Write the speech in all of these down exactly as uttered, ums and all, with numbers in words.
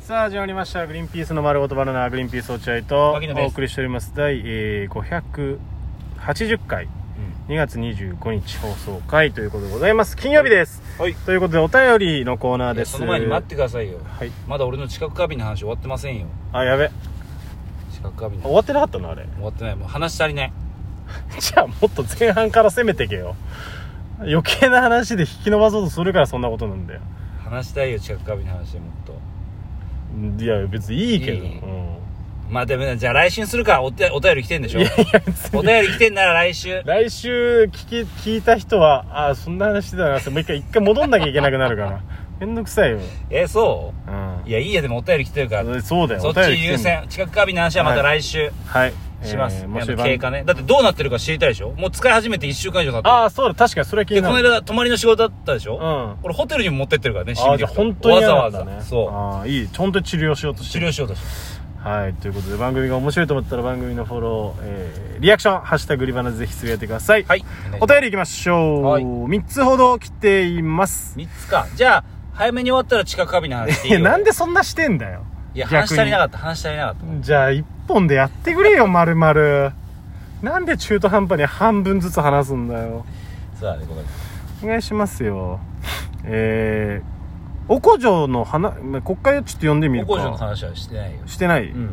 さあ始まりましたグリーンピースの丸ごとバナナグリーンピース落合とお送りしております第、えー、ごひゃくはちじゅっかい、うん、にがつにじゅうごにち放送回ということでございます。金曜日です、はい、ということでお便りのコーナーです。 その前に待ってくださいよ、 はい、 まだ俺の知覚過敏の話終わってませんよ。 あ、やべ、 知覚過敏終わってなかったのあれ。 終わってない、もう話足りないじゃあもっと前半から攻めてけよ。余計な話で引き伸ばそうとするからそんなことなんだよ。 話したいよ、知覚過敏の話でもっと。 いや別にいいけどいい、 うん、まあでもね、じゃあ来週にするか。 お, お便り来てんでしょ。いやいやお便り来てんなら来週来週聞き聞いた人はああそんな話してたなってもう一回一回戻んなきゃいけなくなるからめんどくさいよ。 えそう、 うん、 いやいいや、でもお便り来てるから。 そうだよ、 そっち優先。知覚過敏の話はまた来週、はい、はいします、えー、経過ね。だってどうなってるか知りたいでしょ。もう使い始めていっしゅうかん以上経ってる。ああそうだ、確かにそれは気になる。 でこの間泊まりの仕事だったでしょ、うん、俺ホテルにも持ってってるからね。 ああじゃあ本当に嫌なんだね。 わざわざそう、 ああいい、ちゃんと治療しようとして治療しようとしてはい、ということで番組が面白いと思ったら番組のフォロー、えー、リアクションハッシュタググリバナぜひつぶやいてください。はい、お便りいきましょう、はい、みっつほど来ています。 みっつか。じゃあ早めに終わったら知覚過敏の話していいよ。 なんでそんなしてんだよ。 いや話足りなかった話足りなかった。 じゃあいっぽんでやってくれよ丸々。なんで中途半端に半分ずつ話すんだよ。 そうだね、ごめんお願いしますよ。えー、おこじょの話、こっからちょっと読んでみるか。 おこじょの話はしてないよ。 してない、 うん、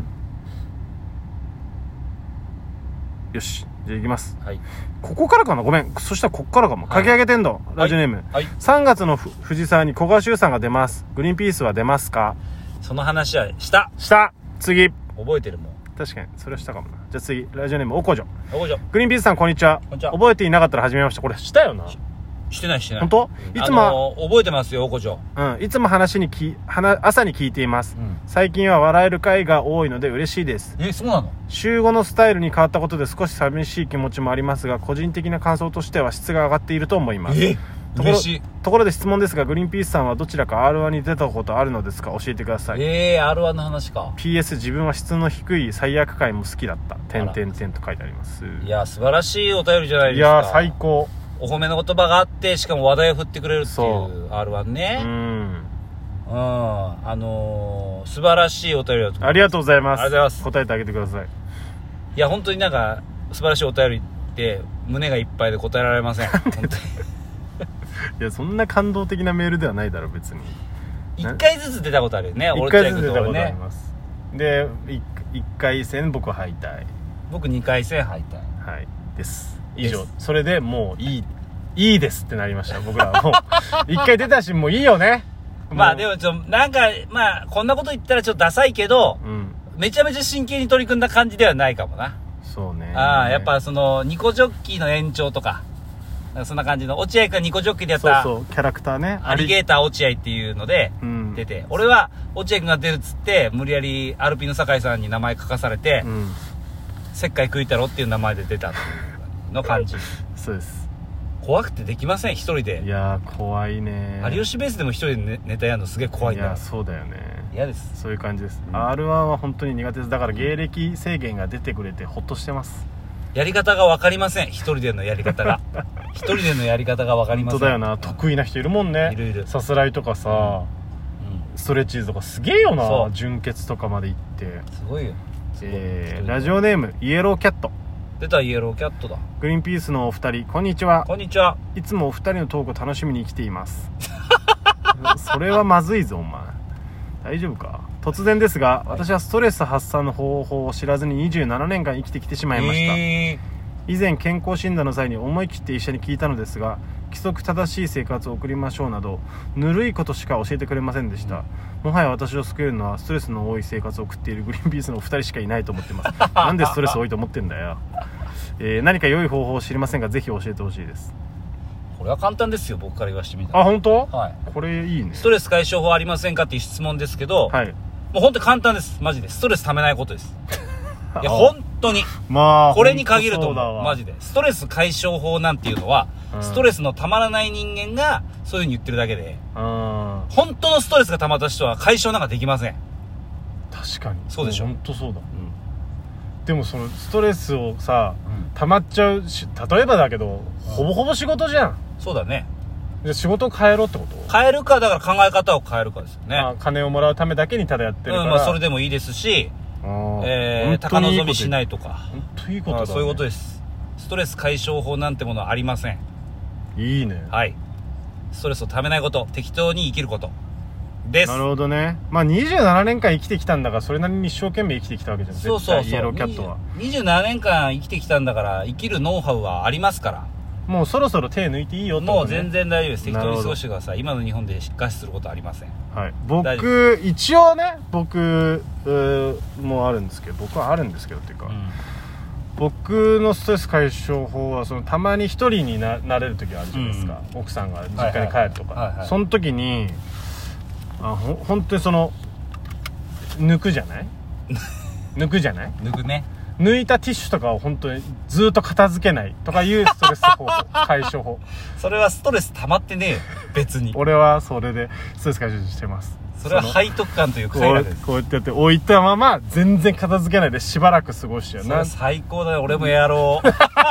よし、じゃあいきます、はい、ここからかな。ごめん、そしたらこっからかも、はい、かき上げてんのラジオネーム、はいはい、さんがつの藤沢に古賀修さんが出ます。グリーンピースは出ますか。 その話はしたした次覚えてるもん。 確かにそれはしたかもな。じゃあ次ラジオネームおこじょ。 おこじょ。 グリーンピースさんこんにちは。 こんにちは。 覚えていなかったら始めました。これしたよな。 し, してないしてない。 本当？いつも、 あのー、覚えてますよおこじょ。 うんいつも話にき話朝に聞いています、うん、最近は笑える回が多いので嬉しいです。 えそうなの。 週ごのスタイルに変わったことで少し寂しい気持ちもありますが個人的な感想としては質が上がっていると思います。 えところ嬉しい。 ところで質問ですがグリーンピースさんはどちらか アールワン に出たことあるのですか。教えてください。 えー アールワン の話か。 ピーエス 自分は質の低い最悪回も好きだった点々点と書いてあります。 いや素晴らしいお便りじゃないですか。 いや最高。 お褒めの言葉があってしかも話題を振ってくれるっていう アールワン ね。うんうんあのー、素晴らしいお便りだと思います。 ありがとうございます。 ありがとうございます。 答えてあげてください。 いや本当になんか素晴らしいお便りって胸がいっぱいで答えられません本当にいやそんな感動的なメールではないだろ別に。 いっかいずつ出たことあるよね。 いっかいずつ出たことあります、ね、で いっかい戦僕は敗退。 僕にかい戦敗退。 はいです以上です。それでもういいいいですってなりました僕らは。もういっかい出たしもういいよね。 まあでもちょなんかまあこんなこと言ったらちょっとダサいけど、うん、めちゃめちゃ真剣に取り組んだ感じではないかもな。 そうね。 ああやっぱそのニコジョッキーの延長とかそんな感じの落合君がニコジョッキーでやったそうそうキャラクターねアリゲーター落合っていうので出て、うん、俺は落合君が出るっつって無理やりアルピーの酒井さんに名前書かされて、うん、せっかい食いたろっていう名前で出たの感じそうです。 怖くてできません一人で。 いやー怖いね。 有吉ベースでも一人で ネ, ネタやるのすげえ怖いんだ。 いやそうだよね。 嫌です。 そういう感じです、うん、アールワン は本当に苦手です。だから芸歴制限が出てくれてホッとしてます。 やり方が分かりません一人でのやり方が一人でのやり方が分かりません。 本当だよな。得意な人いるもんね。 いるいる。 さすらいとかさ、うんうん、ストレッチーズとかすげえよな。純潔とかまで行ってすごいよ。 えー、ラジオネームイエローキャット。 出たイエローキャットだ。 グリーンピースのお二人こんにちは。 こんにちは。 いつもお二人のトークを楽しみに来ていますそれはまずいぞお前大丈夫か。突然ですが、はい、私はストレス発散の方法を知らずににじゅうななねんかん生きてきてしまいました、えー、以前健康診断の際に思い切って医者に聞いたのですが規則正しい生活を送りましょうなどぬるいことしか教えてくれませんでした、うん、もはや私を救えるのはストレスの多い生活を送っているグリーンピースのお二人しかいないと思っていますなんでストレス多いと思ってんだよ、えー、何か良い方法を知りませんがぜひ教えてほしいです。 これは簡単ですよ僕から言わせてみたら。 あ本当？ はい。 これいいね。 ストレス解消法ありませんかっていう質問ですけど、はい、もう本当に簡単ですマジで。ストレスためないことですいや本当にまあこれに限ると思うマジで。ストレス解消法なんていうのは、うん、ストレスのたまらない人間がそういう風に言ってるだけで、うん、本当のストレスがたまった人は解消なんかできません。 確かにそうでしょ。 本当そうだ、うん、でもそのストレスをさ、うん、溜まっちゃうし例えばだけど、うん、ほぼほぼ仕事じゃん。 そうだね。 じゃあ仕事を変えろってこと？ 変えるか、だから考え方を変えるかですよね。 あ、金をもらうためだけにただやってるから、うん、まあそれでもいいですし、えー、高望みしないとか、 本当いいことだね。 そういうことです。ストレス解消法なんてものはありません。 いいね。 はい。ストレスをためないこと、適当に生きることです。 なるほどね。まあにじゅうななねんかん生きてきたんだから、それなりに一生懸命生きてきたわけじゃん。 そうそうそう。 イエローキャットはにじゅうななねんかん生きてきたんだから、生きるノウハウはありますから。 もうそろそろ手抜いていいよってこと、ね、 もう全然大丈夫です。適当に過ごしてください。今の日本で餓死することはありません。 はい。僕一応ね、僕もあるんですけど、僕はあるんですけどっていうか、うん、僕のストレス解消法はそのたまに一人に な, なれる時あるじゃないですか、うん、奥さんが実家に帰るとか、はいはいはいはい、その時にあほ本当にその抜くじゃない抜くじゃない抜くね。 抜いたティッシュとかを本当にずっと片付けないとかいうストレス方法解消法。 それはストレス溜まってねえよ別に。 俺はそれでストレス解消してます。 それは背徳感という癖がです。 こうやってやって置いたまま全然片付けないでしばらく過ごしよう。 それ最高だよ。俺もやろう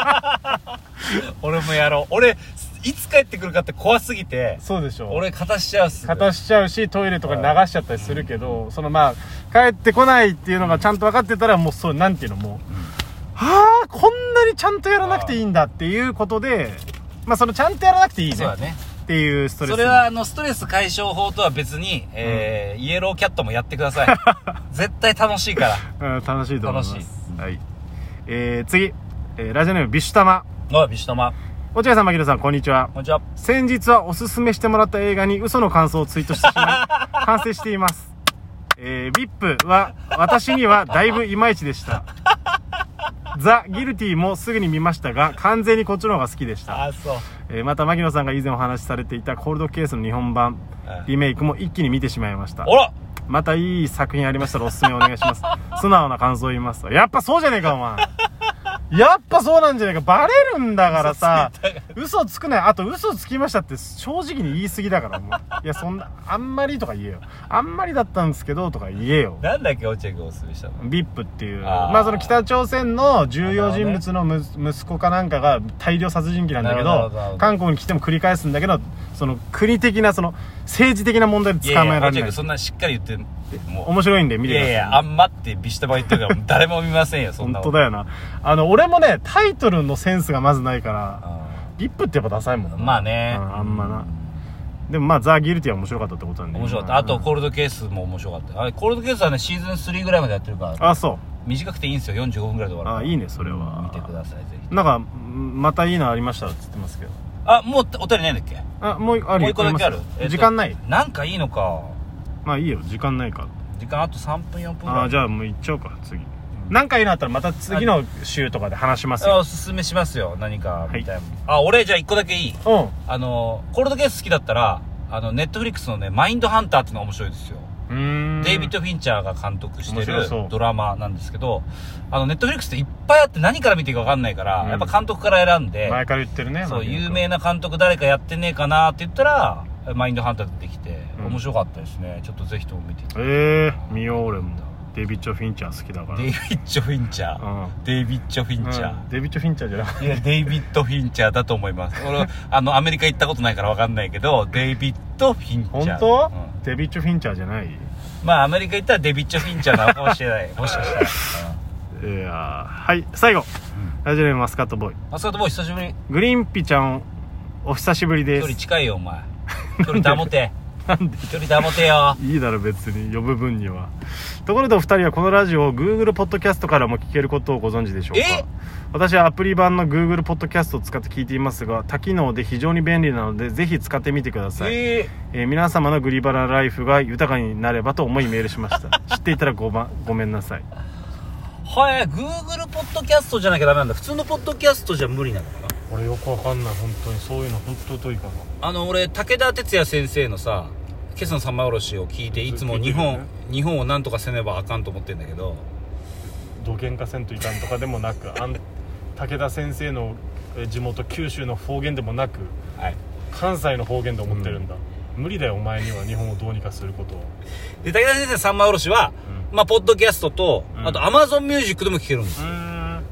俺もやろう。俺いつ帰ってくるかって怖すぎて。 そうでしょ。 俺片しちゃうっす。 片しちゃうし、トイレとかに流しちゃったりするけど、うん、そのまあ帰ってこないっていうのがちゃんと分かってたら、もうそうなんていうのもう、うん、はあこんなにちゃんとやらなくていいんだっていうことで、まあそのちゃんとやらなくていいね。 そうだね。 っていうストレス。 それはあのストレス解消法とは別に、えーうん、イエローキャットもやってください。絶対楽しいから。 うん、楽しいと思います。 楽しい。 はい。えー、次、えー、ラジオネームビシュタマ。 あ、ビシュタマ。 落合さん、牧野さん、こんにちは。 こんにちは。 先日はおすすめしてもらった映画に嘘の感想をツイートしてしまい反省しています。えー、ビップは私にはだいぶいまいちでした。ザ・ギルティもすぐに見ましたが、完全にこっちの方が好きでした。 あ、そう。 えー、また牧野さんが以前お話しされていたコールドケースの日本版リメイクも一気に見てしまいました。 あら、 またいい作品ありましたらおすすめお願いします。素直な感想を言います。やっぱそうじゃねえかお前。やっぱそうなんじゃねえか。バレるんだからさ、嘘つくない。あと嘘つきましたって正直に言い過ぎだからもう。いやそんなあんまりとか言えよ。あんまりだったんですけどとか言えよ。 なんだっけ落合君おすすめしたの？ ビップっていう、あまあその北朝鮮の重要人物のむ、ね、息子かなんかが大量殺人鬼なんだけど、韓国に来ても繰り返すんだけど、その国的なその政治的な問題で捕まえられない。いやいやそんなしっかり言ってもう面白いんで見てください。 いやいやあんまってビシュタマ言ってるから誰も見ませんよそんな。 本当だよな。あの俺もねタイトルのセンスがまずないからビップってやっぱダサいもんな。 まあね、 ああんまな。でもまあザ・ギルティは面白かったってことなんで。 面白かった。あとコールドケースも面白かった。あれコールドケースはねシーズンスリーぐらいまでやってるから。 あ、そう。 短くていいんですよ。よんじゅうごふんぐらいで終わる。 あ、いいねそれは。 見てくださいぜひ。 なんかまたいいのありましたって言ってますけど。 あ、もうお便りないんだっけ？ あ、もうあるよ。もう一個だけある。 えっと、時間ない。 なんかいいのか。 まあいいよ時間ないから。 時間あとさんぷんよんぷんぐらい。 あ、じゃあもう行っちゃおうか次。なんかいいのあったらまた次の週とかで話しますよ。 おすすめしますよ何かみたいな、はい、あ俺じゃあいっこだけいい。 うん。 あのコールドケース好きだったらあのネットフリックスのねマインドハンターっていうのが面白いですよ。 うーん。 デイビッド・フィンチャーが監督してるドラマなんですけど、あのネットフリックスっていっぱいあって何から見ていいか分かんないから、うん、やっぱ監督から選んで前から言ってるね。 そう有名な監督誰かやってねえかなって言ったらマインドハンター出てきて、うん、面白かったですね。ちょっとぜひとも見ていただきたい。 ええー、見よう俺も。デイビッド・フィンチャー好きだから。 デイビッド・フィンチャー、うん、デイビッド・フィンチャー、 うん、デイビッド・フィンチャーじゃなくていやデイビッド・フィンチャーだと思います。俺あのアメリカ行ったことないから分かんないけどデイビッド・フィンチャー。 本当、うん、デイビッド・フィンチャーじゃない。 まあアメリカ行ったらデイビッド・フィンチャーなのかもしれないもしかしたら、 うん、いやはい最後、うん、ラジオネームマスカットボーイ。 マスカットボーイ久しぶり。 グリーンピちゃんお久しぶりです。 距離近いよお前。距離保てなんで距離保てよ。 いいだろ別に呼ぶ分には。ところでお二人はこのラジオを Google ポッドキャストからも聞けることをご存知でしょうか？ え？ 私はアプリ版の Google ポッドキャストを使って聞いていますが多機能で非常に便利なのでぜひ使ってみてください。 えーえー、皆様のグリバラライフが豊かになればと思いメールしました。知っていたら ご, ごめんなさい。 はい、Google ポッドキャストじゃなきゃダメなんだ。普通のポッドキャストじゃ無理なのかな。 俺よくわかんない本当に。そういうの本当遠いかな。 あの俺武田鉄矢先生のさ今朝の三枚おろしを聞いていつも日本、ね、日本をなんとかせねばあかんと思ってるんだけどどげんかせんといかんとかでもなくあん武田先生の地元九州の方言でもなく、はい、関西の方言で思ってるんだ、うん、無理だよお前には日本をどうにかすることを。 で武田先生の三枚おろしは、うん、まあポッドキャストと、うん、あと Amazon ミュージックでも聞けるんですよ。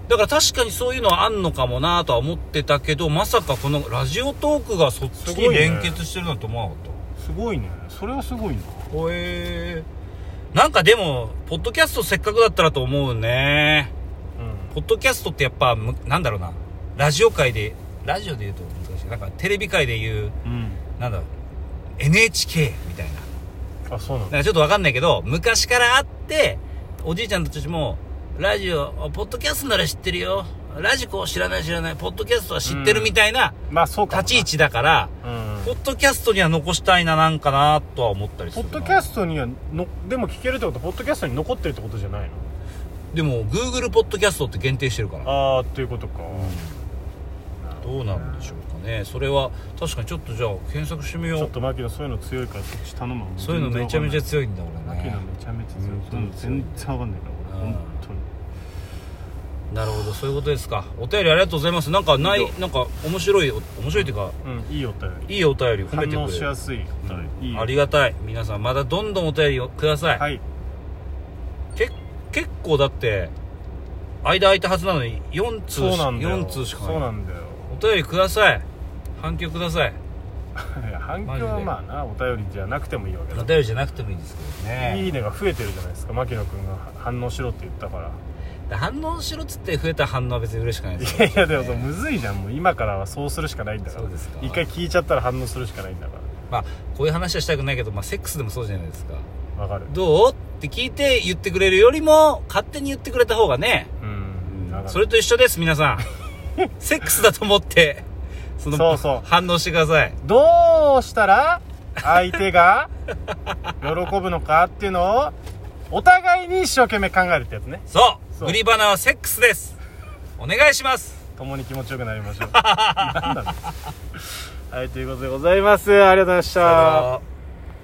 だから確かにそういうのはあんのかもなとは思ってたけど、まさかこのラジオトークがそっちに連結してるなんて思わなかった。 すごいね。それはすごいな。 ほえー、なんかでもポッドキャストせっかくだったらと思うね、うん、ポッドキャストってやっぱなんだろうな、ラジオ界でラジオで言うと難しい、なんかテレビ界で言う、うん、なんだろう エヌエイチケー みたいな。 あ、そうなんだ。 なんかちょっとわかんないけど、昔からあっておじいちゃんたちもラジオポッドキャストなら知ってるよ、ラジコ知らない知らない、ポッドキャストは知ってるみたいな立ち位置だから、うんまあうん、ポッドキャストには残したいな、なんかなとは思ったりするな。 ポッドキャストにはのでも聞けるってこと、ポッドキャストに残ってるってことじゃないの？ でも Google ポッドキャストって限定してるから。 ああ、っていうことか、 うん、どうなんでしょうかね。それは確かにちょっとじゃあ検索してみよう。 ちょっと牧野そういうの強いからそっち頼む。 そういうのめちゃめちゃ強いんだ俺ね。 牧野めちゃめちゃ強い、うん、全然わかんないから俺、うん、本当に。 なるほど、そういうことですか。お便りありがとうございます。なんかない、なんか面白い面白いっていうか、 うん、いいお便り、 いいお便りを褒めてくれる、 反応しやすいお便り、うん、いい、 ありがたい。皆さんまだどんどんお便りをください。 はい。 け結構だって間空いたはずなのによん通しよん通しかない。 そうなんだよ。 お便りください。反響ください。 いや反響はまあな、お便りじゃなくてもいいわけだ。 お便りじゃなくてもいいですけどね。 いいねが増えてるじゃないですか。牧野くんが反応しろって言ったから。 反応しろっつって増えた反応は別に嬉しくないですよ、ね、いやいやでもそうむずいじゃん。もう今からはそうするしかないんだから。 そうですか。 一回聞いちゃったら反応するしかないんだから。 まあこういう話はしたくないけど、まあセックスでもそうじゃないですか。 わかる。 どうって聞いて言ってくれるよりも勝手に言ってくれた方がね、うん、うん、それと一緒です皆さん。セックスだと思ってそのそうそう反応してください。 どうしたら相手が喜ぶのかっていうのをお互いに一生懸命考えるってやつね。 そう売り花はセックスです。お願いします。 共に気持ちよくなりましょう。なんだろう。はい、ということでございます。ありがとうございました。